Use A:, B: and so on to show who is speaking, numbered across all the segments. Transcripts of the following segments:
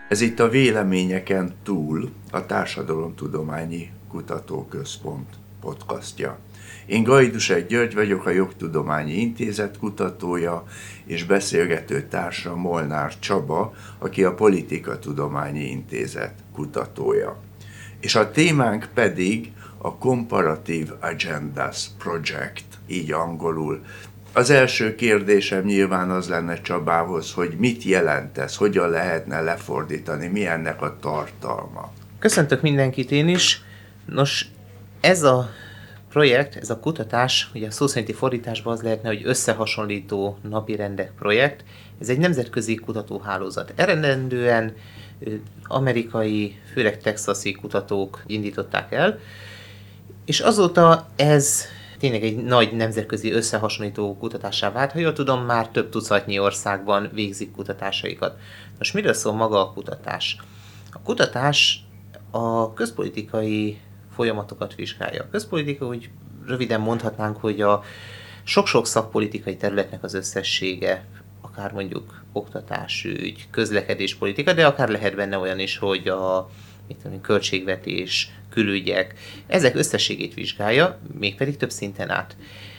A: Ez itt a Véleményeken túl a Társadalomtudományi Kutatóközpont podcastja. Én Gajdusek György vagyok, a Jogtudományi Intézet kutatója, és beszélgető társa Molnár Csaba, aki a Politikatudományi Intézet kutatója. És a témánk pedig a Comparative Agendas Project, így angolul. Az első kérdésem nyilván az lenne Csabához, hogy mit jelent ez, hogyan lehetne lefordítani, mi ennek a tartalma.
B: Köszöntök mindenkit én is. Nos, ez a projekt, ez a kutatás, ugye a szó szerinti fordításban az lehetne, hogy összehasonlító napirendek projekt. Ez egy nemzetközi kutatóhálózat. Eredendően amerikai, főleg texasi kutatók indították el, és azóta ez tényleg egy nagy nemzetközi összehasonlító kutatássá vált, ha jól tudom, már több tucatnyi országban végzik kutatásaikat. Most miről szól maga a kutatás? A kutatás a közpolitikai folyamatokat vizsgálja. A közpolitika, úgy röviden mondhatnánk, hogy a sok-sok szakpolitikai területnek az összessége, akár mondjuk oktatásügy, közlekedéspolitika, de akár lehet benne olyan is, hogy a költségvetés, külügyek, ezek összességét vizsgálja, mégpedig több szinten át.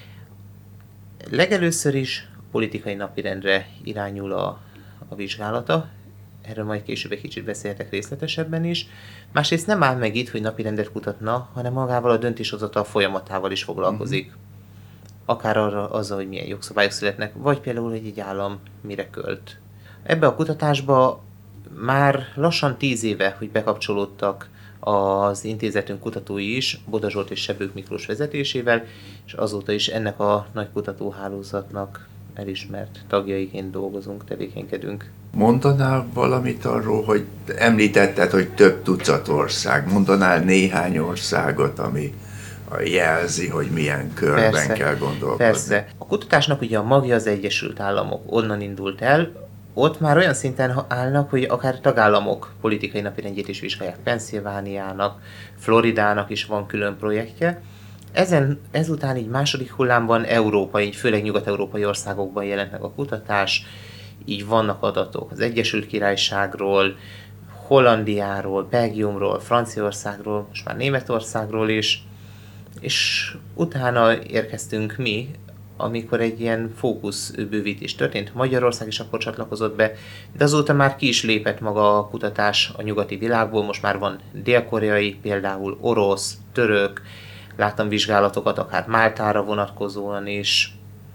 B: Legelőször is politikai napirendre irányul a vizsgálata, erről majd később egy kicsit beszéltek részletesebben is. Másrészt nem áll meg itt, hogy napirendet kutatna, hanem magával a döntéshozatal folyamatával is foglalkozik. Akár azzal, hogy milyen jogszabályok születnek, vagy például, hogy egy állam mire költ. Ebbe a kutatásba már lassan 10 éve, hogy bekapcsolódtak az intézetünk kutatói is, Boda Zsolt és Sebők Miklós vezetésével, és azóta is ennek a nagy kutatóhálózatnak elismert tagjaiként dolgozunk, tevékenykedünk.
A: Mondanál valamit arról, hogy említetted, hogy több tucat ország, mondanál néhány országot, ami jelzi, hogy milyen körben kell gondolkodni?
B: Persze. A kutatásnak ugye a magja az Egyesült Államok, onnan indult el. Ott már olyan szinten állnak, hogy akár tagállamok politikai napirendjét is vizsgálják. Pennsylvániának, Floridának is van külön projektje. Ezután így második hullámban európai, főleg nyugat-európai országokban jelent meg a kutatás. Így vannak adatok az Egyesült Királyságról, Hollandiáról, Belgiumról, Franciaországról, most már Németországról is. És utána érkeztünk mi, amikor egy ilyen fókuszbővítés történt. Magyarország is akkor csatlakozott be, de azóta már ki is lépett maga a kutatás a nyugati világból. Most már van dél-koreai, például orosz, török, láttam vizsgálatokat akár Máltára vonatkozóan is,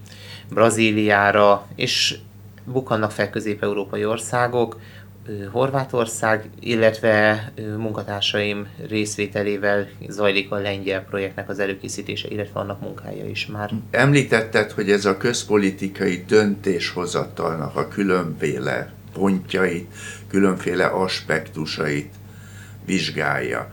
B: Brazíliára, és bukkannak fel közép-európai országok, Horvátország, illetve munkatársaim részvételével zajlik a lengyel projektnek az előkészítése, illetve annak munkája is már.
A: Említetted, hogy ez a közpolitikai döntéshozatalnak a különféle pontjait, különféle aspektusait vizsgálja.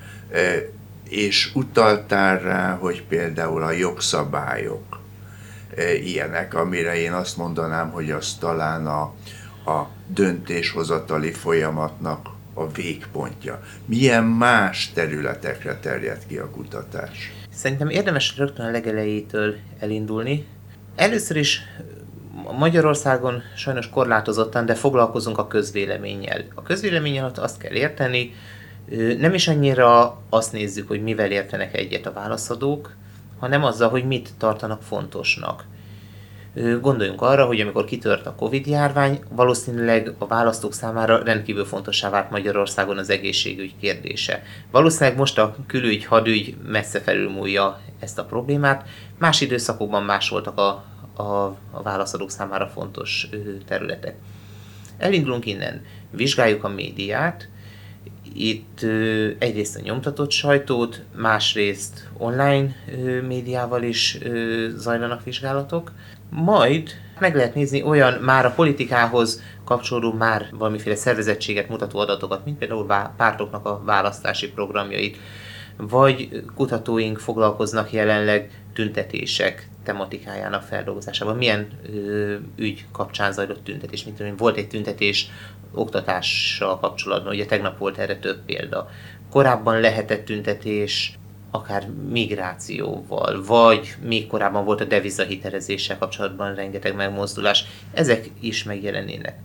A: És utaltál rá, hogy például a jogszabályok ilyenek, amire én azt mondanám, hogy az talán a döntéshozatali folyamatnak a végpontja. Milyen más területekre terjed ki a kutatás?
B: Szerintem érdemes rögtön a legelejétől elindulni. Először is Magyarországon sajnos korlátozottan, de foglalkozunk a közvéleménnyel. A közvéleménnyel azt kell érteni, nem is annyira azt nézzük, hogy mivel értenek egyet a válaszadók, hanem azzal, hogy mit tartanak fontosnak. Gondoljunk arra, hogy amikor kitört a Covid-járvány, valószínűleg a választók számára rendkívül fontossá vált Magyarországon az egészségügy kérdése. Valószínűleg most a külügy, hadügy messze felülmúlja ezt a problémát, más időszakokban más voltak a válaszadók számára fontos területek. Elindulunk innen, vizsgáljuk a médiát, itt egyrészt a nyomtatott sajtót, másrészt online médiával is zajlanak vizsgálatok. Majd meg lehet nézni olyan már a politikához kapcsolódó már valamiféle szervezettséget mutató adatokat, mint például pártoknak a választási programjait, vagy kutatóink foglalkoznak jelenleg tüntetések tematikájának feldolgozásával. Milyen ügy kapcsán zajlott tüntetés, mint tudom, volt egy tüntetés oktatással kapcsolatban, ugye tegnap volt erre több példa. Korábban lehetett tüntetés akár migrációval, vagy még korábban volt a devizahitelezéssel kapcsolatban rengeteg megmozdulás. Ezek is megjelennének.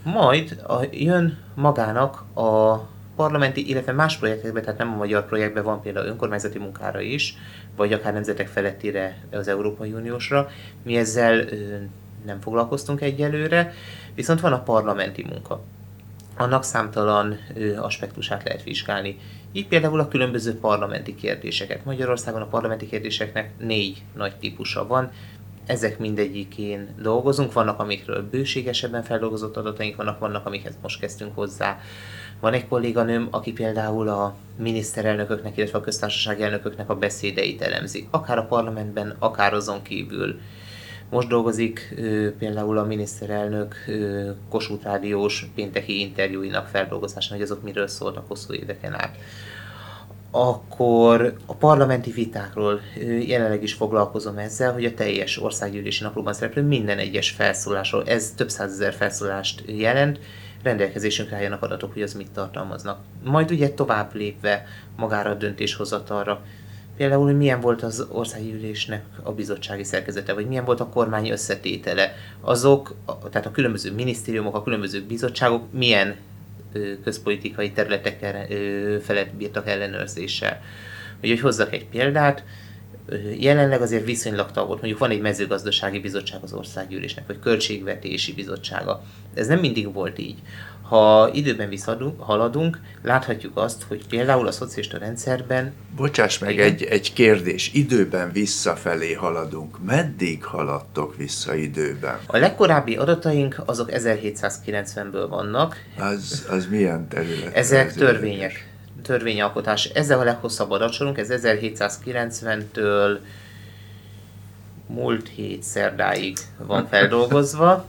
B: Majd jön magának a parlamenti, illetve más projektekben, tehát nem a magyar projektben, van például önkormányzati munkára is, vagy akár nemzetek felettire az Európai Uniósra. Mi ezzel nem foglalkoztunk egyelőre, viszont van a parlamenti munka. Annak számtalan aspektusát lehet vizsgálni. Így például a különböző parlamenti kérdéseket. Magyarországon a parlamenti kérdéseknek 4 nagy típusa van. Ezek mindegyikén dolgozunk, vannak amikről bőségesebben feldolgozott adataink vannak amikhez most kezdtünk hozzá. Van egy kolléganőm, aki például a miniszterelnököknek, illetve a köztársasági elnököknek a beszédeit elemzi. Akár a parlamentben, akár azon kívül. Most dolgozik például a miniszterelnök Kossuth Rádiós pénteki interjúinak feldolgozásán, hogy azok miről szóltak hosszú éveken át. Akkor a parlamenti vitákról jelenleg is foglalkozom ezzel, hogy a teljes országgyűlési naplóban szereplő minden egyes felszólásról, ez több százezer felszólást jelent, rendelkezésünkre álljanak adatok, hogy az mit tartalmaznak. Majd ugye tovább lépve magára a döntéshozatalra, például, hogy milyen volt az országgyűlésnek a bizottsági szerkezete, vagy milyen volt a kormány összetétele, tehát a különböző minisztériumok, a különböző bizottságok milyen közpolitikai területekkel felett bírtak ellenőrzéssel. Hogy hozzak egy példát, jelenleg azért viszonylag tagolt, mondjuk van egy mezőgazdasági bizottság az országgyűlésnek, vagy költségvetési bizottsága. Ez nem mindig volt így. Ha időben haladunk, láthatjuk azt, hogy például a szocialista rendszerben...
A: Bocsáss meg, egy kérdés. Időben visszafelé haladunk. Meddig haladtok vissza időben?
B: A legkorábbi adataink azok 1790-ből vannak.
A: Az milyen terület?
B: Ezek törvények. Törvényalkotás. Ezzel a leghosszabb adatsorunk, ez 1790-től múlt hét szerdáig van feldolgozva.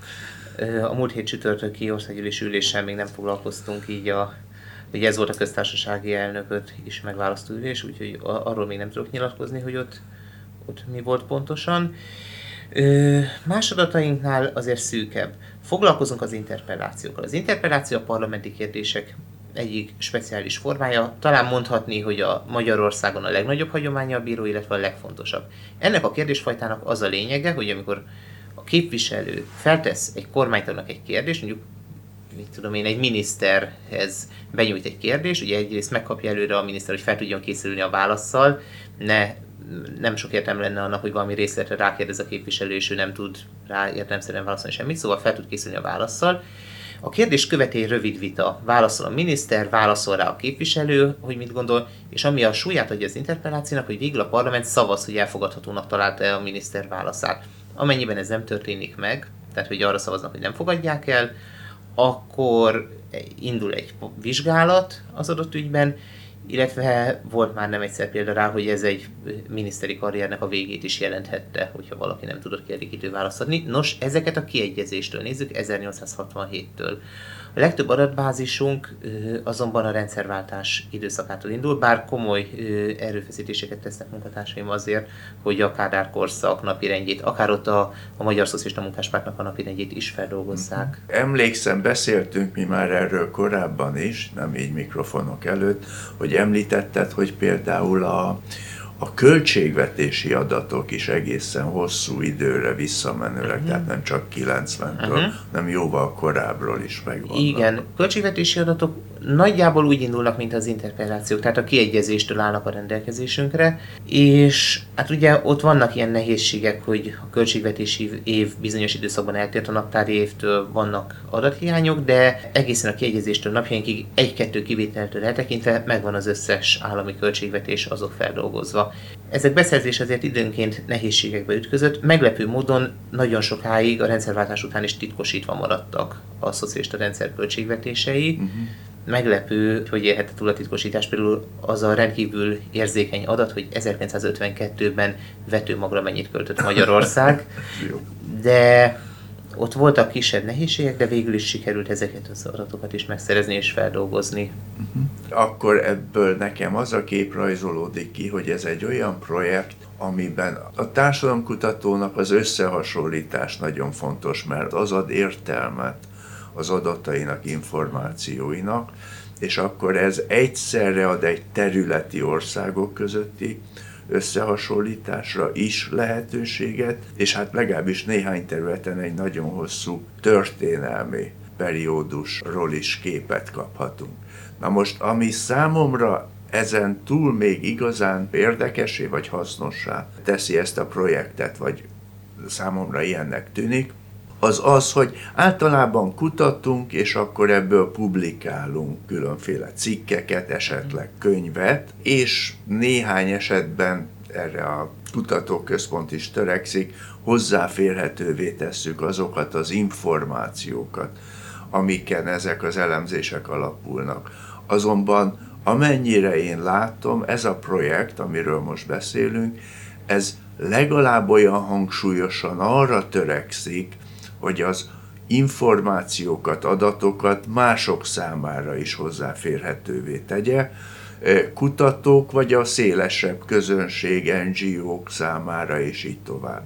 B: A múlt hét csütörtöki országgyűlési üléssel még nem foglalkoztunk, így ugye ez volt a köztársasági elnököt is megválasztó ülés, úgyhogy arról még nem tudok nyilatkozni, hogy ott mi volt pontosan. Más adatainknál azért szűkebb. Foglalkozunk az interpellációkkal. Az interpelláció a parlamenti kérdések egyik speciális formája, talán mondhatni, hogy a Magyarországon a legnagyobb hagyománya a bíró, illetve a legfontosabb. Ennek a kérdésfajtának az a lényege, hogy amikor a képviselő feltesz egy kormánytagnak egy kérdést, mondjuk egy miniszterhez benyújt egy kérdést, ugye egyrészt megkapja előre a miniszter, hogy fel tudjon készülni a válasszal, nem sok értelme lenne annak, hogy valami részletre rákérdez a képviselő, és ő nem tud rá értelemszerűen válaszolni semmit, szóval fel tud készülni a válasszal. A kérdés követi egy rövid vita. Válaszol a miniszter, válaszol rá a képviselő, hogy mit gondol, és ami a súlyát adja az interpellációnak, hogy végül a parlament szavaz, hogy elfogadhatónak találta a miniszter válaszát. Amennyiben ez nem történik meg, tehát hogy arra szavaznak, hogy nem fogadják el, akkor indul egy vizsgálat az adott ügyben, illetve volt már nem egyszer példa rá, hogy ez egy miniszteri karriernek a végét is jelenthette, hogyha valaki nem tudott kielégítő választ adni. Nos, ezeket a kiegyezéstől nézzük, 1867-től. A legtöbb adatbázisunk azonban a rendszerváltás időszakától indul, bár komoly erőfeszítéseket tesznek munkatársaim azért, hogy a Kádár korszak napirendjét, akár ott a Magyar Szocialista Munkáspártnak a napirendjét is feldolgozzák.
A: Emlékszem, beszéltünk mi már erről korábban is, nem így mikrofonok előtt, hogy említetted, hogy például a költségvetési adatok is egészen hosszú időre visszamenőleg, tehát nem csak 90-től, hanem jóval korábbról is megvannak.
B: Igen, költségvetési adatok nagyjából úgy indulnak, mint az interpellációk, tehát a kiegyezéstől állnak a rendelkezésünkre, és hát ugye ott vannak ilyen nehézségek, hogy a költségvetési év bizonyos időszakban eltért a naptári évtől, vannak adathiányok, de egészen a kiegyezéstől napjainkig egy-kettő kivételtől eltekintve megvan az összes állami költségvetés, azok feldolgozva. Ezek beszerzés azért időnként nehézségekbe ütközött, meglepő módon nagyon sokáig a rendszerváltás után is titkosítva maradtak a szocialista rendszer költségvetései. Meglepő, hogy élhette túl a titkosítás, például az a rendkívül érzékeny adat, hogy 1952-ben vetőmagra mennyit költött Magyarország, de ott voltak kisebb nehézségek, de végül is sikerült ezeket az adatokat is megszerezni és feldolgozni.
A: Akkor ebből nekem az a kép rajzolódik ki, hogy ez egy olyan projekt, amiben a társadalomkutatónak az összehasonlítás nagyon fontos, mert az ad értelmet az adatainak, információinak, és akkor ez egyszerre ad egy területi országok közötti összehasonlításra is lehetőséget, és hát legalábbis néhány területen egy nagyon hosszú történelmi periódusról is képet kaphatunk. Na most, ami számomra ezen túl még igazán érdekessé vagy hasznossá teszi ezt a projektet, vagy számomra ilyennek tűnik, az az, hogy általában kutatunk, és akkor ebből publikálunk különféle cikkeket, esetleg könyvet, és néhány esetben erre a kutatóközpont is törekszik, hozzáférhetővé tesszük azokat az információkat, amiken ezek az elemzések alapulnak. Azonban amennyire én látom, ez a projekt, amiről most beszélünk, ez legalább olyan hangsúlyosan arra törekszik, hogy az információkat, adatokat mások számára is hozzáférhetővé tegye, kutatók vagy a szélesebb közönség, NGO-k számára, és így tovább.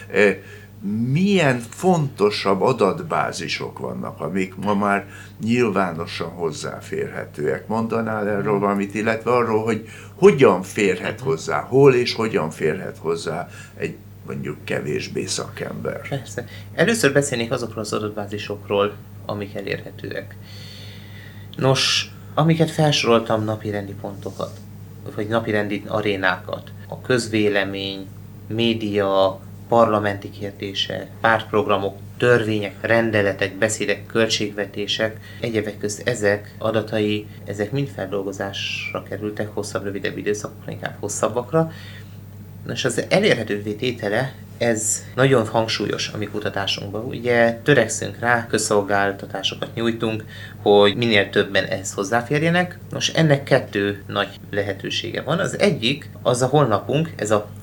A: Milyen fontosabb adatbázisok vannak, amik ma már nyilvánosan hozzáférhetőek? Mondanál erről valamit, illetve arról, hogy hogyan férhet hozzá, hol és hogyan férhet hozzá egy mondjuk kevésbé szakember?
B: Persze. Először beszélnék azokról az adatbázisokról, amik elérhetőek. Nos, amiket felsoroltam, napirendi pontokat, vagy napirendi arénákat, a közvélemény, média, parlamenti kérdések, pártprogramok, törvények, rendeletek, beszédek, költségvetések, egyebek közt ezek adatai, ezek mind feldolgozásra kerültek, hosszabb, rövidebb időszakokra, inkább hosszabbakra. Nos, az elérhetővé tétele, ez nagyon hangsúlyos a mi kutatásunkban. Ugye törekszünk rá, közszolgáltatásokat nyújtunk, hogy minél többen ehhez hozzáférjenek. Nos, ennek 2 nagy lehetősége van. Az egyik, az a honlapunk, ez a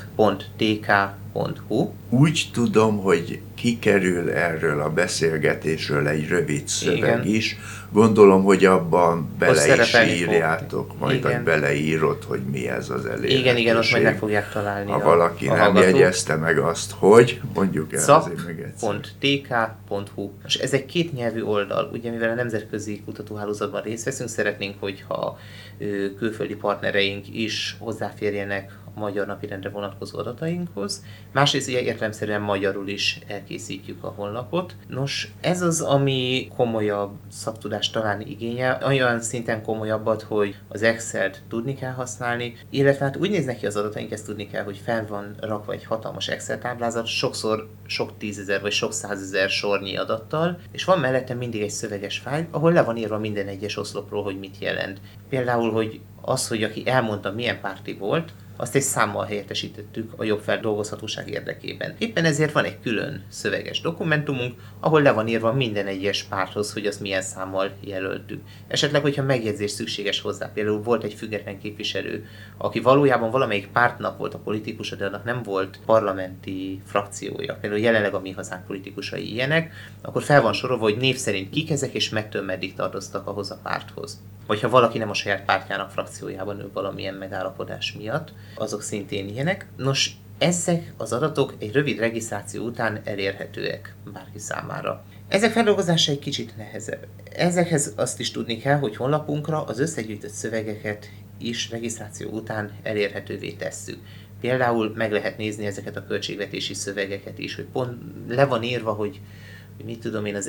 B: cap.tk.hu.
A: Úgy tudom, hogy kikerül erről a beszélgetésről egy rövid szöveg is. Gondolom, hogy abban bele is írjátok, majd vagy beleírod, hogy mi ez az elérhetőség.
B: Igen, ott majd meg fogják találni.
A: Ha valaki nem jegyezte meg azt, hogy mondjuk el azért meg egyszer.
B: cap.tk.hu. És ez egy 2 nyelvű oldal. Ugye mivel a nemzetközi kutatóhálózatban részt veszünk, szeretnénk, hogyha külföldi partnereink is hozzáférjenek a magyar napirendre vonatkozó adatainkhoz. Másrészt ugye értelemszerűen magyarul is elkészítjük a honlapot. Nos, ez az, ami komolyabb szaktudást talán igényel, olyan szinten komolyabbat, hogy az Excel-t tudni kell használni, illetve hát úgy néznek ki az adataink, ezt tudni kell, hogy fel van rakva egy hatalmas Excel táblázat, sokszor sok 10 000 vagy sok 100 000 sornyi adattal, és van mellette mindig egy szöveges fájl, ahol le van írva minden egyes oszlopról, hogy mit jelent. Például, hogy az, hogy aki elmondta, milyen párti volt, azt egy számmal helyettesítettük a jobb feldolgozhatóság érdekében. Éppen ezért van egy külön szöveges dokumentumunk, ahol le van írva minden egyes párthoz, hogy azt milyen számmal jelöltük. Esetleg, hogyha megjegyzés szükséges hozzá, például volt egy független képviselő, aki valójában valamelyik pártnak volt a politikusa, de annak nem volt parlamenti frakciója, például jelenleg a Mi Hazánk politikusai ilyenek, akkor fel van sorolva, hogy név szerint kik ezek és mettől meddig tartoztak ahhoz a párthoz. Vagy ha valaki nem a saját pártjának frakciójában ül valamilyen megállapodás miatt, azok szintén ilyenek. Nos, ezek az adatok egy rövid regisztráció után elérhetőek bárki számára. Ezek feldolgozása egy kicsit nehezebb. Ezekhez azt is tudni kell, hogy honlapunkra az összegyűjtött szövegeket is regisztráció után elérhetővé tesszük. Például meg lehet nézni ezeket a költségvetési szövegeket is, hogy pont le van írva, hogy mit tudom én, az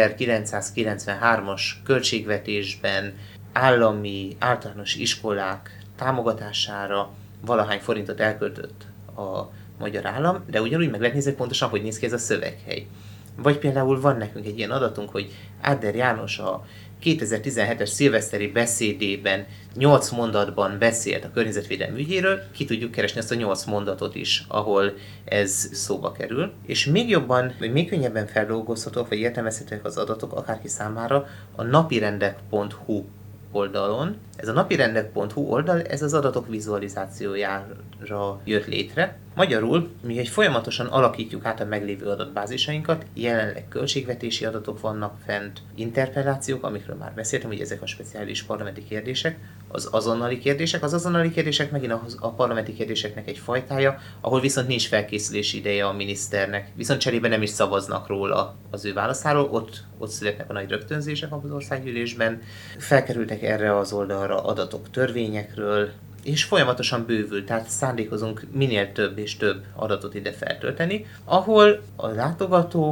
B: 1993-as költségvetésben állami általános iskolák támogatására valahány forintot elköltött a magyar állam, de ugyanúgy meg lehet nézni pontosan, hogy néz ki ez a szöveghely. Vagy például van nekünk egy ilyen adatunk, hogy Áder János a 2017-es szilveszteri beszédében 8 mondatban beszélt a környezetvédelmi ügyéről, ki tudjuk keresni ezt a 8 mondatot is, ahol ez szóba kerül. És még jobban, vagy még könnyebben feldolgozhatók, vagy értelmezhetőek az adatok akárki számára a napirendek.hu oldalon. Ez a napirendek.hu oldal, ez az adatok vizualizációjára jött létre. Magyarul, mi egy folyamatosan alakítjuk át a meglévő adatbázisainkat, jelenleg költségvetési adatok vannak fent, interpellációk, amikről már beszéltem, hogy ezek a speciális parlamenti kérdések, az azonnali kérdések megint a parlamenti kérdéseknek egy fajtája, ahol viszont nincs felkészülési ideje a miniszternek, viszont cserébe nem is szavaznak róla az ő válaszáról, ott születnek a nagy rögtönzések az országgyűlésben, felkerültek erre az oldalra adatok törvényekről, és folyamatosan bővül, tehát szándékozunk minél több és több adatot ide feltölteni, ahol a látogató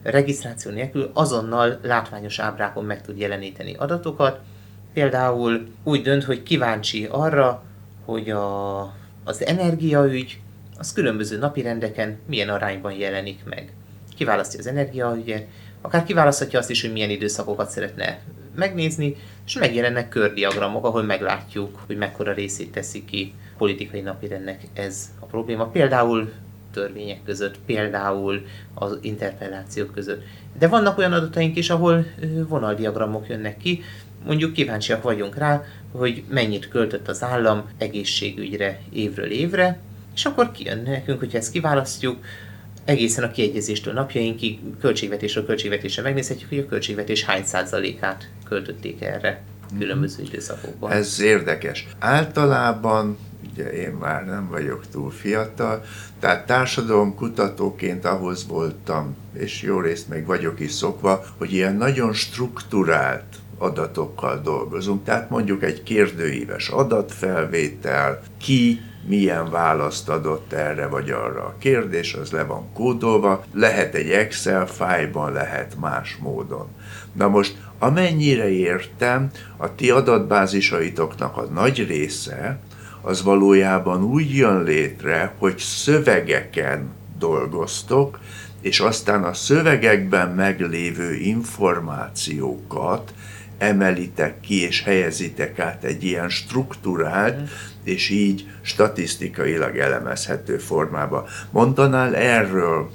B: regisztráció nélkül azonnal látványos ábrákon meg tud jeleníteni adatokat. Például úgy dönt, hogy kíváncsi arra, hogy az energiaügy az különböző napirendeken milyen arányban jelenik meg. Kiválasztja az energiaügyet, akár kiválaszthatja azt is, hogy milyen időszakokat szeretne megnézni, és megjelennek kördiagramok, ahol meglátjuk, hogy mekkora részét teszi ki politikai napirendnek ez a probléma. Például törvények között, például az interpellációk között. De vannak olyan adataink is, ahol vonaldiagramok jönnek ki, mondjuk kíváncsiak vagyunk rá, hogy mennyit költött az állam egészségügyre évről évre, és akkor kijön nekünk, hogyha ezt kiválasztjuk, egészen a kiegyezéstől napjainkig, költségvetésről költségvetésre megnézhetjük, hogy a költségvetés hány százalékát költötték erre különböző időszakokban.
A: Ez érdekes. Általában, ugye én már nem vagyok túl fiatal, tehát társadalomkutatóként ahhoz voltam, és jó részt még vagyok is szokva, hogy ilyen nagyon strukturált adatokkal dolgozunk. Tehát mondjuk egy kérdőíves adatfelvétel, ki milyen választ adott erre vagy arra a kérdés, az le van kódolva, lehet egy Excel fájlban, lehet más módon. Na most, amennyire értem, a ti adatbázisaitoknak a nagy része, az valójában úgy jön létre, hogy szövegeken dolgoztok, és aztán a szövegekben meglévő információkat emelitek ki és helyezitek át egy ilyen strukturált és így statisztikailag elemezhető formába. Mondanál erről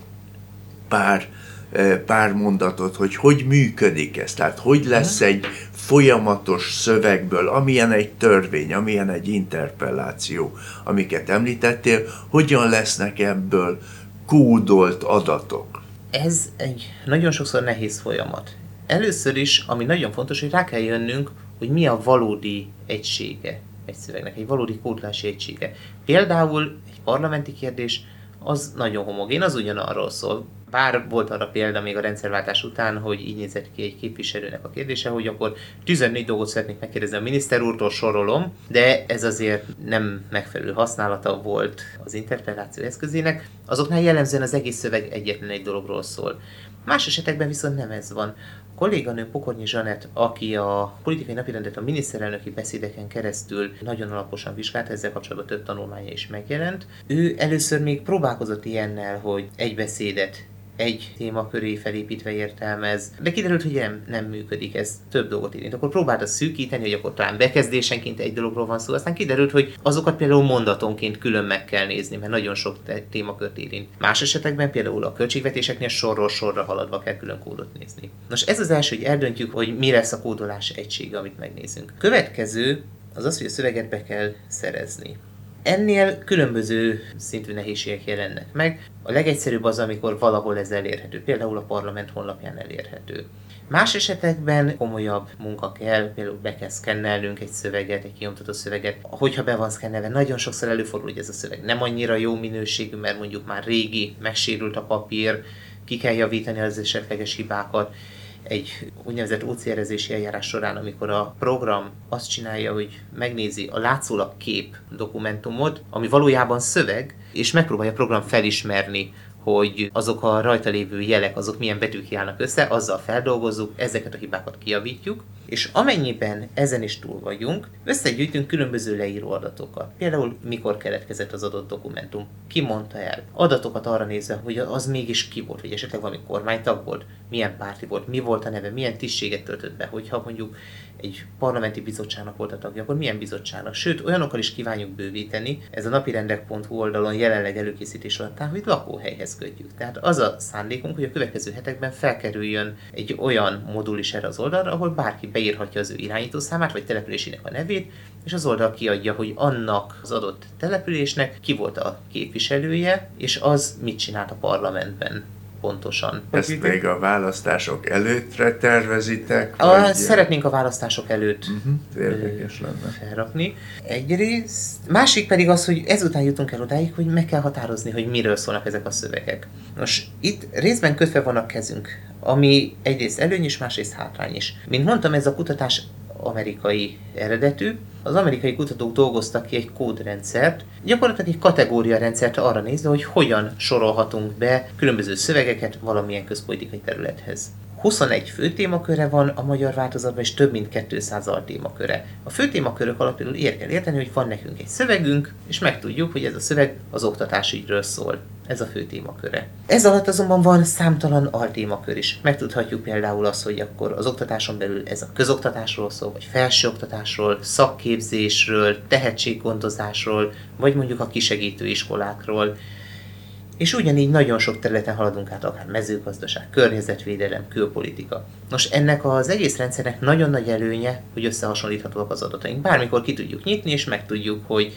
A: pár mondatot, hogy működik ez? Tehát hogy lesz egy folyamatos szövegből, amilyen egy törvény, amilyen egy interpelláció, amiket említettél, hogyan lesznek ebből kódolt adatok?
B: Ez egy nagyon sokszor nehéz folyamat. Először is, ami nagyon fontos, hogy rá kell jönnünk, hogy mi a valódi egysége egy szövegnek, egy valódi kódolási egysége. Például egy parlamenti kérdés az nagyon homogén, az ugyanarról szól. Bár volt arra példa még a rendszerváltás után, hogy így nézett ki egy képviselőnek a kérdése, hogy akkor 14 dolgot szeretnék megkérdezni a miniszter úrtól, sorolom, de ez azért nem megfelelő használata volt az interpelláció eszközének. Azoknál jellemzően az egész szöveg egyetlen egy dologról szól. Más esetekben viszont nem ez van. A kolléganő Pokornyi Zsanett, aki a politikai napirendet a miniszterelnöki beszédeken keresztül nagyon alaposan vizsgálta, ezzel kapcsolatban több tanulmánya is megjelent. Ő először még próbálkozott ilyennel, hogy egy beszédet egy téma köré felépítve értelmez, de kiderült, hogy nem működik, ez több dolgot érint. Akkor próbálta szűkíteni, hogy akkor talán bekezdésenként egy dologról van szó, aztán kiderült, hogy azokat például mondatonként külön meg kell nézni, mert nagyon sok témakört érint. Más esetekben például a költségvetéseknél sorról sorra haladva kell külön kódot nézni. Nos, ez az első, hogy eldöntjük, hogy mi lesz a kódolás egysége, amit megnézünk. Következő az az, hogy a szöveget be kell szerezni. Ennél különböző szintű nehézségek jelennek meg. A legegyszerűbb az, amikor valahol ez elérhető, például a parlament honlapján elérhető. Más esetekben komolyabb munka kell, például be kell szkennelnünk egy szöveget, egy kinyomtatott szöveget. Hogyha be van szkennelve, nagyon sokszor előfordul, hogy ez a szöveg nem annyira jó minőségű, mert mondjuk már régi, megsérült a papír, ki kell javítani az esetleges hibákat. Egy úgynevezett OCR-ezési eljárás során, amikor a program azt csinálja, hogy megnézi a látszólag kép dokumentumot, ami valójában szöveg, és megpróbálja a program felismerni, hogy azok a rajta lévő jelek, azok milyen betűk állnak össze, azzal feldolgozzuk, ezeket a hibákat kijavítjuk, és amennyiben ezen is túl vagyunk, összegyűjtünk különböző leíró adatokat. Például mikor keletkezett az adott dokumentum, ki mondta el. Adatokat arra nézve, hogy az mégis ki volt, vagy esetleg valami kormánytag volt, milyen párti volt, mi volt a neve, milyen tisztséget töltött be, hogyha mondjuk egy parlamenti bizottságnak volt a tagja, akkor milyen bizottságnak. Sőt, olyanokkal is kívánjuk bővíteni, ez a napirendek.hu oldalon jelenleg előkészítés alatt áll, hogy lakóhelyhez kötjük. Tehát az a szándékunk, hogy a következő hetekben felkerüljön egy olyan modul is erre az oldalra, ahol bárki beírhatja az ő irányítószámát, vagy településének a nevét, és az oldal kiadja, hogy annak az adott településnek ki volt a képviselője, és az mit csinált a parlamentben. Pontosan.
A: Ezt még a választások előttre tervezitek?
B: Szeretnénk a választások előtt
A: érdekes lenne
B: felrakni. Egyrészt. Másik pedig az, hogy ezután jutunk el odáig, hogy meg kell határozni, hogy miről szólnak ezek a szövegek. Nos, itt részben kötve van a kezünk, ami egyrészt előny is, másrészt hátrány is. Mint mondtam, ez a kutatás amerikai eredetű. Az amerikai kutatók dolgoztak ki egy kódrendszert, gyakorlatilag egy kategóriarendszert arra nézve, hogy hogyan sorolhatunk be különböző szövegeket valamilyen közpolitikai területhez. 21 fő témaköre van a magyar változatban, és több mint 200 altémaköre. A fő témakörök alapjául kell érteni, hogy van nekünk egy szövegünk, és megtudjuk, hogy ez a szöveg az oktatásügyről szól. Ez a fő témaköre. Ez alatt azonban van számtalan altémakör is. Megtudhatjuk például azt, hogy akkor az oktatáson belül ez a közoktatásról szól, vagy felsőoktatásról, szakképzésről, tehetséggondozásról, vagy mondjuk a kisegítő iskolákról. És ugyanígy nagyon sok területen haladunk át, akár mezőgazdaság, környezetvédelem, külpolitika. Nos, ennek az egész rendszernek nagyon nagy előnye, hogy összehasonlíthatóak az adataink. Bármikor ki tudjuk nyitni, és megtudjuk, hogy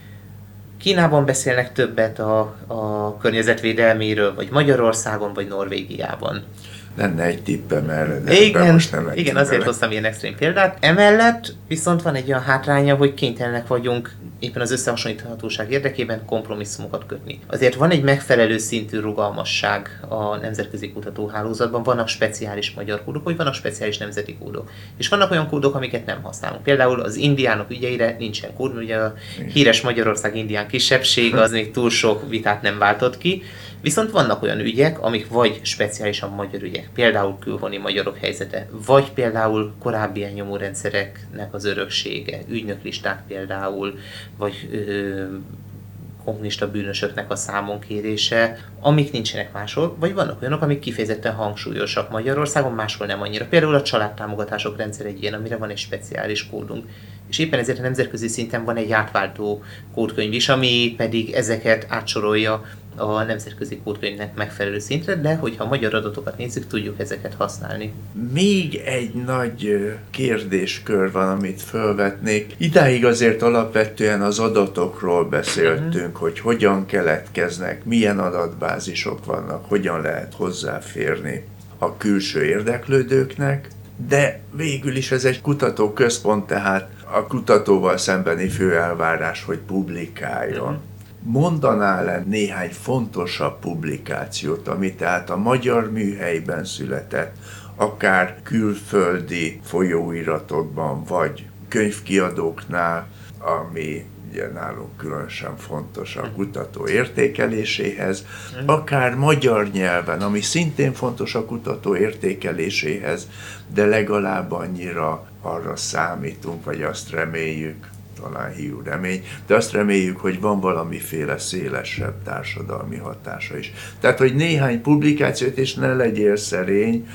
B: Kínában beszélnek többet a környezetvédelméről, vagy Magyarországon, vagy Norvégiában.
A: Lenne egy tippem erre, de most nem egy
B: igen, azért hoztam ilyen extrém példát. Emellett viszont van egy olyan hátránya, hogy kénytelenek vagyunk éppen az összehasonlíthatóság érdekében kompromisszumokat kötni. Azért van egy megfelelő szintű rugalmasság a nemzetközi kutatóhálózatban, vannak speciális magyar kódok, vagy vannak speciális nemzeti kódok. És vannak olyan kódok, amiket nem használunk. Például az indiánok ügyeire nincsen kód, mert ugye a híres Magyarország indián kisebbség az még túl sok vitát nem váltott ki. Viszont vannak olyan ügyek, amik vagy speciálisan magyar ügyek, például külhoni magyarok helyzete, vagy például korábbi elnyomórendszereknek az öröksége, ügynöklisták például, vagy kommunista bűnösöknek a számonkérése, amik nincsenek máshol, vagy vannak olyanok, amik kifejezetten hangsúlyosak Magyarországon, máshol nem annyira. Például a családtámogatások rendszer egy ilyen, amire van egy speciális kódunk. És éppen ezért a nemzetközi szinten van egy átváltó kódkönyv is, ami pedig ezeket átsorolja a nemzetközi kódkönyvnek megfelelő szintre, de hogyha a magyar adatokat nézzük, tudjuk ezeket használni.
A: Még egy nagy kérdéskör van, amit felvetnék. Idáig azért alapvetően az adatokról beszéltünk, hogy hogyan keletkeznek, milyen adatbázisok vannak, hogyan lehet hozzáférni a külső érdeklődőknek, de végül is ez egy kutatóközpont, tehát a kutatóval szembeni fő elvárás, hogy publikáljon. Mondanál-e néhány fontosabb publikációt, ami tehát a magyar műhelyben született, akár külföldi folyóiratokban, vagy könyvkiadóknál, ami ugye nálunk különösen fontos a kutató értékeléséhez, akár magyar nyelven, ami szintén fontos a kutató értékeléséhez, de legalább annyira arra számítunk, vagy azt reméljük, talán hiú remény, de azt reméljük, hogy van valamiféle szélesebb társadalmi hatása is. Tehát, hogy néhány publikációt, és ne legyél szerény,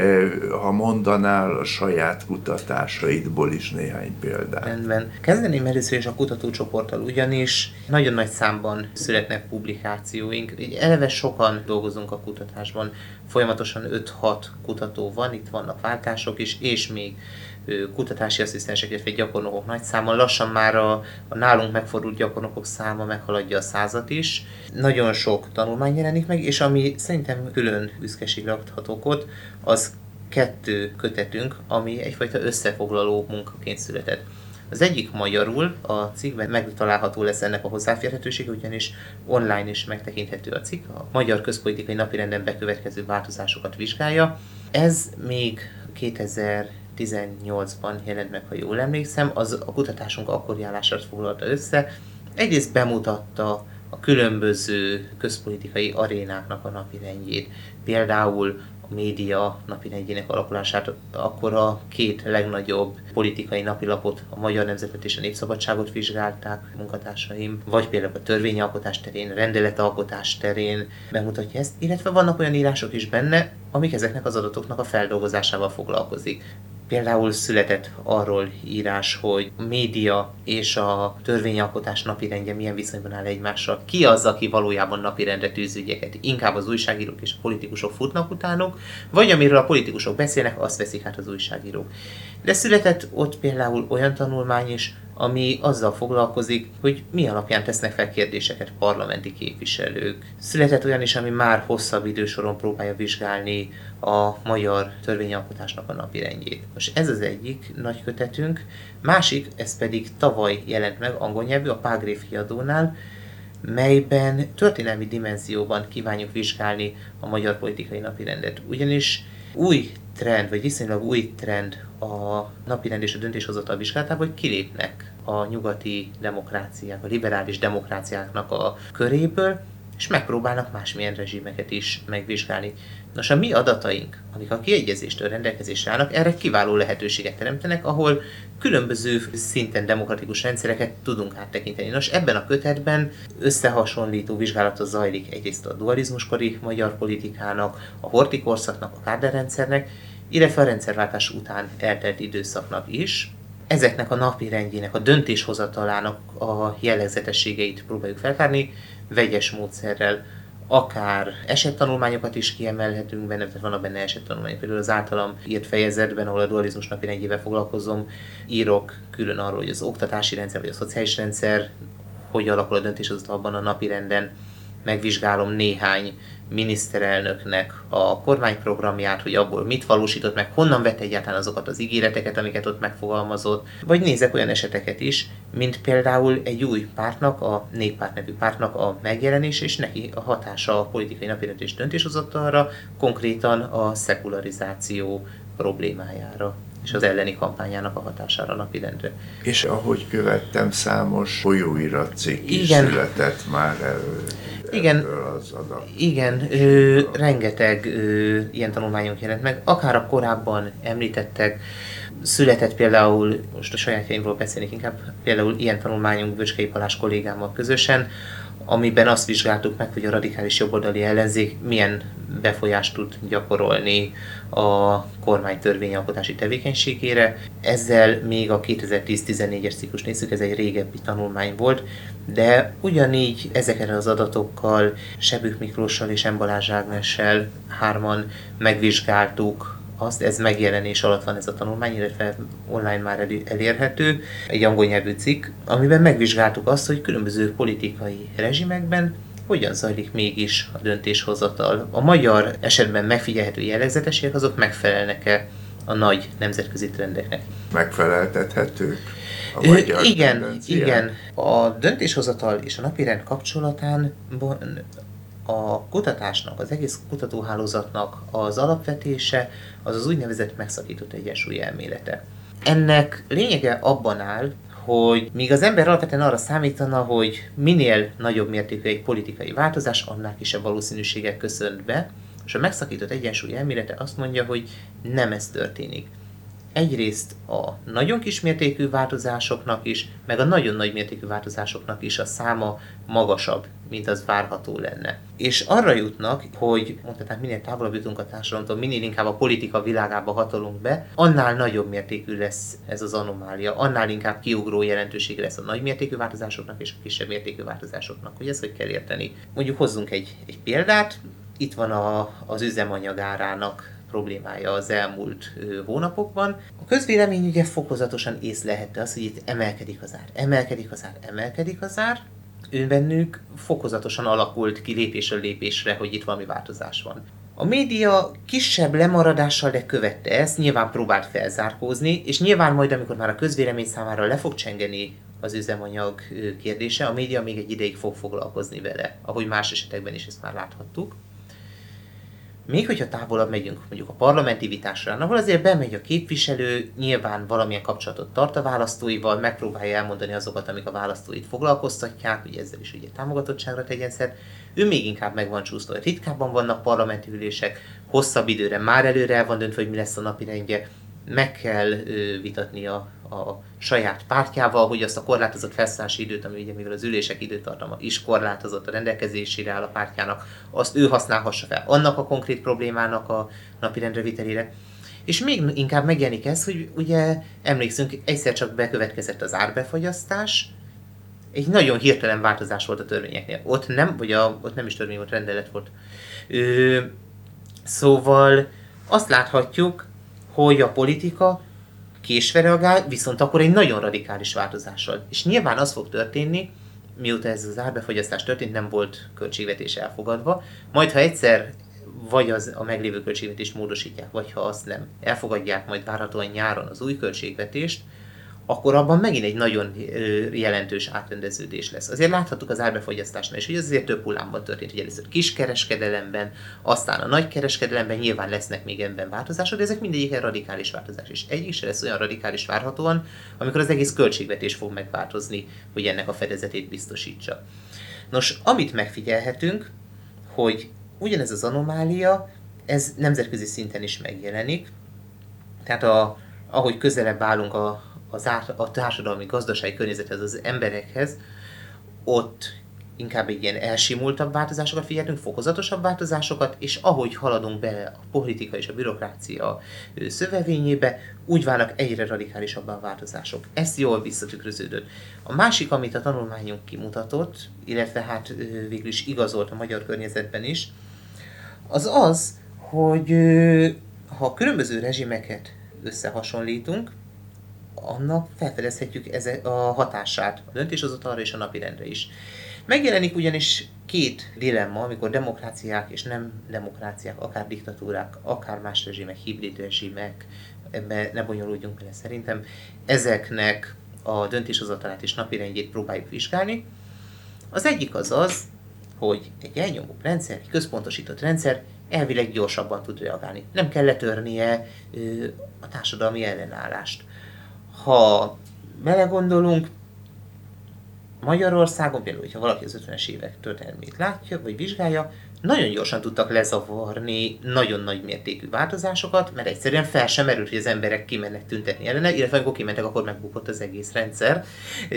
A: ha mondanál a saját kutatásaidból is néhány példát.
B: Rendben. Kezdeném először is a kutatócsoporttal, ugyanis nagyon nagy számban születnek publikációink. Eleve sokan dolgozunk a kutatásban, folyamatosan 5-6 kutató van, itt vannak váltások is, és még kutatási asszisztensek, illetve gyakornokok nagy száma. Lassan már a nálunk megfordult gyakornokok száma meghaladja a 100-at is. Nagyon sok tanulmány jelenik meg, és ami szerintem külön büszkeségre adhatok ott, az 2 kötetünk, ami egyfajta összefoglaló munkaként született. Az egyik magyarul, a cikkben megtalálható lesz ennek a hozzáférhetősége, ugyanis online is megtekinthető a cikk, a magyar közpolitikai napirenden bekövetkező változásokat vizsgálja. Ez még 2018-ban jelent meg, ha jól emlékszem, az a kutatásunk akkori állását foglalta össze. Egyrészt bemutatta a különböző közpolitikai arénáknak a napirendjét, például a média napirendjének alakulását, akkor a 2 legnagyobb politikai napilapot, a Magyar Nemzetet és a Népszabadságot vizsgálták munkatársaim, vagy például a törvényalkotás terén, rendeletalkotás terén bemutatja ezt, illetve vannak olyan írások is benne, amik ezeknek az adatoknak a feldolgozásával foglalkozik. Például született arról írás, hogy a média és a törvényalkotás napirendje milyen viszonyban áll egymással. Ki az, aki valójában napirendre tűz ügyeket? Inkább az újságírók és a politikusok futnak utánuk, vagy amiről a politikusok beszélnek, azt veszik át az újságírók. De született ott például olyan tanulmány is, ami azzal foglalkozik, hogy mi alapján tesznek fel kérdéseket parlamenti képviselők. Született olyan is, ami már hosszabb idősoron próbálja vizsgálni a magyar törvényalkotásnak a napirendjét. Most ez az egyik nagy kötetünk, másik, ez pedig tavaly jelent meg angol nyelvű a Palgrave kiadónál, melyben történelmi dimenzióban kívánjuk vizsgálni a magyar politikai napirendet. Ugyanis új trend, vagy viszonylag új trend a napirend és a döntéshozatal vizsgálatában, hogy kilépnek a nyugati demokráciák, a liberális demokráciáknak a köréből, és megpróbálnak másmilyen rezsimeket is megvizsgálni. Nos, a mi adataink, amik a kiegyezéstől rendelkezésre állnak, erre kiváló lehetőséget teremtenek, ahol különböző szinten demokratikus rendszereket tudunk áttekinteni. Nos, ebben a kötetben összehasonlító vizsgálata zajlik egyrészt a dualizmuskori magyar politikának, a Horthy korszaknak, a Kádár rendszernek, illetve a rendszerváltás után eltelt időszaknak is. Ezeknek a napirendjének, a döntéshozatalának a jellegzetességeit próbáljuk feltárni, vegyes módszerrel, akár esettanulmányokat is kiemelhetünk benne, tehát vannak benne esettanulmányok, például az általam írt fejezetben, ahol a dualizmus napirendjével foglalkozom, írok külön arról, hogy az oktatási rendszer vagy a szociális rendszer hogy alakul a döntéshozatalban a napirenden, megvizsgálom néhány miniszterelnöknek a kormányprogramját, hogy abból mit valósított meg, honnan vette egyáltalán azokat az ígéreteket, amiket ott megfogalmazott, vagy nézek olyan eseteket is, mint például egy új pártnak, a Néppárt nevű pártnak a megjelenés, és neki a hatása a politikai napirend és döntéshozatalra, konkrétan a szekularizáció problémájára és az elleni kampányának a hatására a napirendre.
A: És ahogy követtem, számos folyóiratcikk is
B: Igen.
A: született már
B: Igen,
A: az adat.
B: igen, rengeteg ilyen tanulmányunk jelent meg, akár a korábban említettek, született például, most a sajátjaimról beszélnék inkább, például ilyen tanulmányunk Böcskei Balázs kollégámmal közösen, amiben azt vizsgáltuk meg, hogy a radikális jobboldali ellenzék milyen befolyást tud gyakorolni a kormány törvényalkotási tevékenységére. Ezzel még a 2010-14-es ciklus nézzük, ez egy régebbi tanulmány volt, de ugyanígy ezeken az adatokkal Sebük Miklóssal és M. Balázs Ágnessel hárman megvizsgáltuk azt, ez megjelenés alatt van ez a tanulmány, illetve online már elérhető, egy angol nyelvű cikk, amiben megvizsgáltuk azt, hogy különböző politikai rezsimekben hogyan zajlik mégis a döntéshozatal. A magyar esetben megfigyelhető jellegzetességek azok megfelelnek-e a nagy nemzetközi trendeknek?
A: Megfeleltethetők? A magyar
B: Igen.
A: tendenciák?
B: A döntéshozatal és a napirend kapcsolatán a kutatásnak, az egész kutatóhálózatnak az alapvetése az az úgynevezett megszakított egyensúly elmélete. Ennek lényege abban áll, hogy míg az ember alapvetően arra számítana, hogy minél nagyobb mértékű egy politikai változás, annál kisebb valószínűséggel köszönt be, és a megszakított egyensúly elmélete azt mondja, hogy nem ez történik. Egyrészt a nagyon kis mértékű változásoknak is, meg a nagyon nagy mértékű változásoknak is a száma magasabb, mint az várható lenne. És arra jutnak, hogy mondhatnánk, minél távolabb jutunk a társadalomtól, minél inkább a politika világába hatolunk be, annál nagyobb mértékű lesz ez az anomália, annál inkább kiugró jelentősége lesz a nagy mértékű változásoknak és a kisebb mértékű változásoknak. Hogy ezt hogy kell érteni? Mondjuk hozzunk egy példát, itt van az üzemanyag árának problémája az elmúlt hónapokban. A közvélemény ugye fokozatosan észlelhette azt, hogy itt emelkedik az ár. Bennük fokozatosan alakult ki lépésről lépésre, hogy itt valami változás van. A média kisebb lemaradással de követte ezt, nyilván próbált felzárkózni, és nyilván majd, amikor már a közvélemény számára le fog csengeni az üzemanyag kérdése, a média még egy ideig fog foglalkozni vele, ahogy más esetekben is ezt már láthattuk. Még hogyha távolabb megyünk mondjuk a parlamenti vitásra, ahol azért bemegy a képviselő, nyilván valamilyen kapcsolatot tart a választóival, megpróbálja elmondani azokat, amik a választóit foglalkoztatják, ugye ezzel is ugye támogatottságra tegyen szert. Ő még inkább meg van csúszva, hogy ritkábban vannak parlamenti ülések, hosszabb időre már előre el van döntve, hogy mi lesz a napirendje, meg kell vitatni a saját pártjával, hogy azt a korlátozott felszólalási időt, ami ugye mivel az ülések időtartama is korlátozott a rendelkezésére áll a pártjának, azt ő használhassa fel annak a konkrét problémának a napirendre vitelére. És még inkább megjelenik ez, hogy ugye emlékszünk, egyszer csak bekövetkezett az árbefagyasztás, egy nagyon hirtelen változás volt a törvényeknél. Ott nem is törvény volt, rendelet volt. Szóval azt láthatjuk, hogy a politika késve reagál, viszont akkor egy nagyon radikális változással. És nyilván az fog történni, mióta ez az árbefagyasztás történt, nem volt költségvetés elfogadva, majd ha egyszer vagy a meglévő költségvetést módosítják, vagy ha azt nem elfogadják majd várhatóan nyáron az új költségvetést, akkor abban megint egy nagyon jelentős átrendeződés lesz. Azért láthattuk az árbefogyasztásnál is, hogy ez azért több hullámban történt, hogy először kiskereskedelemben, aztán a nagykereskedelemben nyilván lesznek még ebben változások, de ezek mindegyik radikális változás. És egyik se lesz olyan radikális várhatóan, amikor az egész költségvetés fog megváltozni, hogy ennek a fedezetét biztosítsa. Nos, amit megfigyelhetünk, hogy ugyanez az anomália, ez nemzetközi szinten is megjelenik, tehát ahogy közelebb állunk a társadalmi, gazdasági környezethez, az emberekhez, ott inkább egy ilyen elsimultabb változásokat figyeltünk, fokozatosabb változásokat, és ahogy haladunk bele a politika és a bürokrácia szövevényébe, úgy válnak egyre radikálisabbá a változások. Ez jól visszatükröződött. A másik, amit a tanulmányunk kimutatott, illetve hát végül is igazolt a magyar környezetben is, az, hogy ha különböző rezsimeket összehasonlítunk, annak felfedezhetjük a hatását a döntéshozatalra és a napirendre is. Megjelenik ugyanis két dilemma, amikor demokráciák és nem demokráciák, akár diktatúrák, akár más rezsimek, hibrid rezsimek, ebbe ne bonyolódjunk bele szerintem, ezeknek a döntéshozatalát és napirendjét próbáljuk vizsgálni. Az egyik az, hogy egy elnyomó rendszer, egy központosított rendszer elvileg gyorsabban tud reagálni. Nem kell letörnie a társadalmi ellenállást. Ha belegondolunk, Magyarországon például, hogyha valaki az 50-es évek történelmét látja, vagy vizsgálja, nagyon gyorsan tudtak lezavarni nagyon nagy mértékű változásokat, mert egyszerűen fel sem merült, hogy az emberek kimennek tüntetni ellene, illetve amikor kimentek, akkor megbukott az egész rendszer.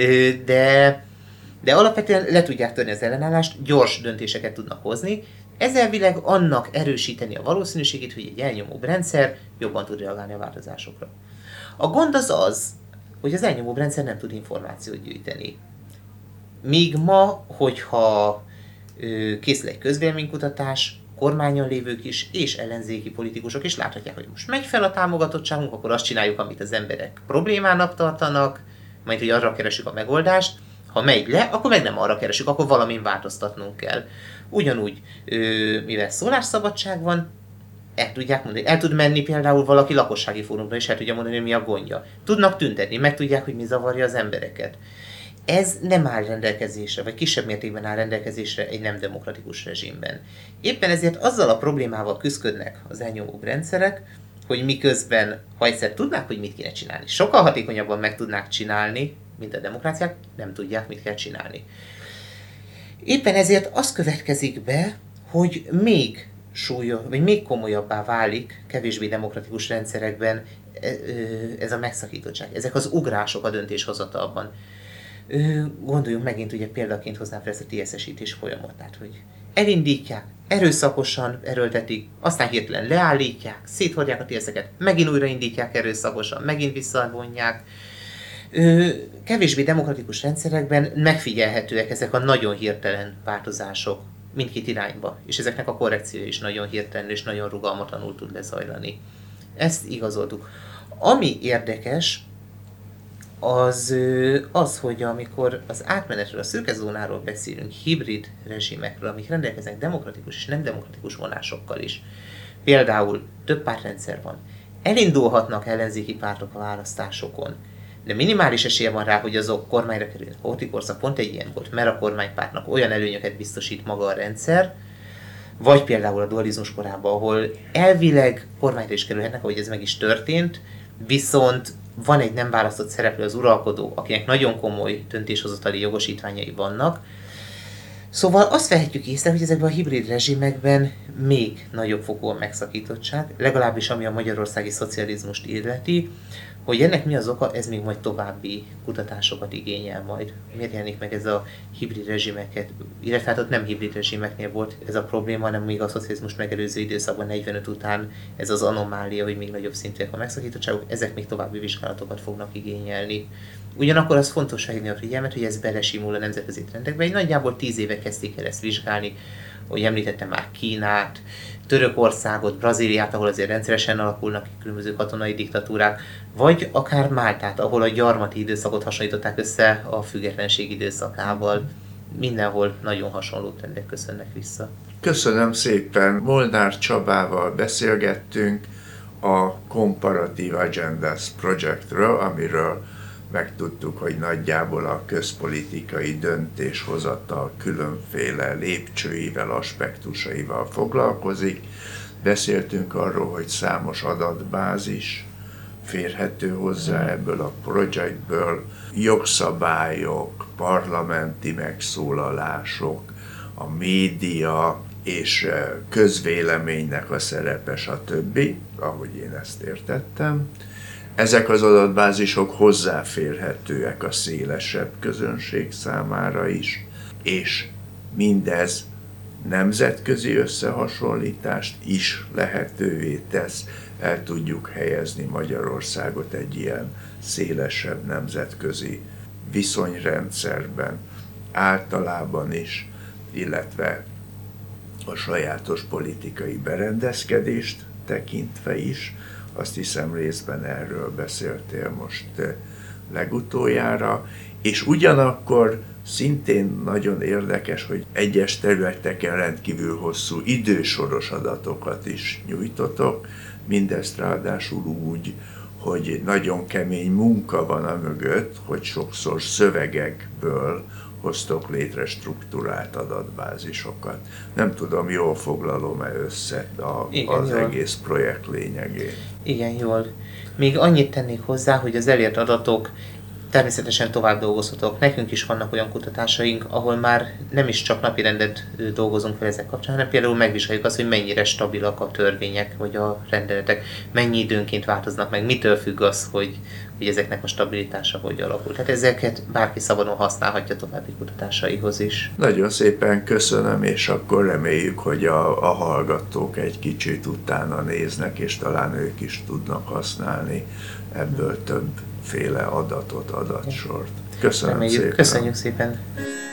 B: De alapvetően le tudják törni az ellenállást, gyors döntéseket tudnak hozni, ez elvileg annak erősíteni a valószínűségét, hogy egy elnyomóbb rendszer jobban tud reagálni a változásokra. A gond az, hogy az elnyomóbb rendszer nem tud információt gyűjteni. Míg ma, hogyha készül egy közvéleménykutatás, kormányon lévők is és ellenzéki politikusok is láthatják, hogy most megy fel a támogatottságunk, akkor azt csináljuk, amit az emberek problémának tartanak, majd hogy arra keresünk a megoldást. Ha megy le, akkor meg nem arra keresünk, akkor valamin változtatnunk kell. Ugyanúgy, mivel szólásszabadság van, el tudják mondani. El tud menni például valaki lakossági fórumra, és el tudja mondani, hogy mi a gondja. Tudnak tüntetni, meg tudják, hogy mi zavarja az embereket. Ez nem áll rendelkezésre, vagy kisebb mértékben áll rendelkezésre egy nem demokratikus rezsimben. Éppen ezért azzal a problémával küzdködnek az elnyomóbb rendszerek, hogy miközben, ha egyszer tudnák, hogy mit kéne csinálni, sokkal hatékonyabban meg tudnák csinálni, mint a demokráciák, nem tudják, mit kell csinálni. Éppen ezért az következik be, hogy még komolyabbá válik kevésbé demokratikus rendszerekben ez a megszakítottság, ezek az ugrások a döntéshozatalban. Gondoljunk megint, ugye példaként hoznám fel ezt a TSS-ítés folyamatát, hogy elindítják, erőszakosan erőltetik, aztán hirtelen leállítják, széthordják a TSZ-eket, megint újraindítják erőszakosan, megint visszavonják. Kevésbé demokratikus rendszerekben megfigyelhetőek ezek a nagyon hirtelen változások mindkét irányba, és ezeknek a korrekciója is nagyon hirtelen és nagyon rugalmatlanul tud lezajlani. Ezt igazoltuk. Ami érdekes, az, hogy amikor az átmenetről, a szürke zónáról beszélünk, hibrid rezsimekről, amik rendelkeznek demokratikus és nem demokratikus vonásokkal is, például több pártrendszer van, elindulhatnak ellenzéki pártok a választásokon, de minimális esélye van rá, hogy azok kormányra kerülnek. A Horthy korszak pont egy ilyen volt, mert a kormánypártnak olyan előnyöket biztosít maga a rendszer, vagy például a dualizmus korában, ahol elvileg kormányra is kerülhetnek, ahogy ez meg is történt, viszont van egy nem választott szereplő, az uralkodó, akinek nagyon komoly döntéshozatali jogosítványai vannak. Szóval azt vehetjük észre, hogy ezekben a hibrid rezsimekben még nagyobb fokú a megszakítottság, legalábbis ami a magyarországi szocializmust illeti, hogy ennek mi az oka, ez még majd további kutatásokat igényel majd. Miért jelenik meg ez a hibrid rezsimeket, illetve hát ott nem hibrid rezsimeknél volt ez a probléma, hanem még a szocializmus megelőző időszakban 45 után ez az anomália, hogy még nagyobb szintűek a megszakítottságok, ezek még további vizsgálatokat fognak igényelni. Ugyanakkor az fontos felhívni a figyelmet, hogy ez belesimul a nemzetközi trendekbe. Egy nagyjából 10 éve kezdték el ezt vizsgálni, hogy említettem már Kínát, Törökországot, Brazíliát, ahol azért rendszeresen alakulnak ki különböző katonai diktatúrák, vagy akár Máltát, ahol a gyarmati időszakot hasonlították össze a függetlenség időszakával. Mindenhol nagyon hasonló trendek köszönnek vissza.
A: Köszönöm szépen! Molnár Csabával beszélgettünk a Comparative Agendas projektről, amiről megtudtuk, hogy nagyjából a közpolitikai döntéshozatal különféle lépcsőivel, aspektusaival foglalkozik. Beszéltünk arról, hogy számos adatbázis férhető hozzá ebből a projektből, jogszabályok, parlamenti megszólalások, a média és közvéleménynek a szerepe, stb., ahogy én ezt értettem. Ezek az adatbázisok hozzáférhetőek a szélesebb közönség számára is, és mindez nemzetközi összehasonlítást is lehetővé tesz. El tudjuk helyezni Magyarországot egy ilyen szélesebb nemzetközi viszonyrendszerben általában is, illetve a sajátos politikai berendezkedést tekintve is. Azt hiszem részben erről beszéltél most legutoljára, és ugyanakkor szintén nagyon érdekes, hogy egyes területeken rendkívül hosszú idősoros adatokat is nyújtotok, mindezt ráadásul úgy, hogy nagyon kemény munka van a mögött, hogy sokszor szövegekből hoztok létre struktúrált adatbázisokat. Nem tudom, jól foglalom-e össze az
B: jól.
A: Egész projekt lényegét.
B: Igen, jól. Még annyit tennék hozzá, hogy az elért adatok természetesen tovább dolgozhatók. Nekünk is vannak olyan kutatásaink, ahol már nem is csak napirendet dolgozunk fel ezek kapcsán, hanem például megvizsgáljuk azt, hogy mennyire stabilak a törvények vagy a rendeletek, mennyi időnként változnak meg, mitől függ az, hogy ezeknek a stabilitása hogy alakul. Tehát ezeket bárki szabadon használhatja további kutatásaihoz is.
A: Nagyon szépen köszönöm, és akkor reméljük, hogy a hallgatók egy kicsit utána néznek, és talán ők is tudnak használni ebből többféle adatsort. Köszönöm
B: Reméljük.
A: szépen.
B: Köszönjük szépen.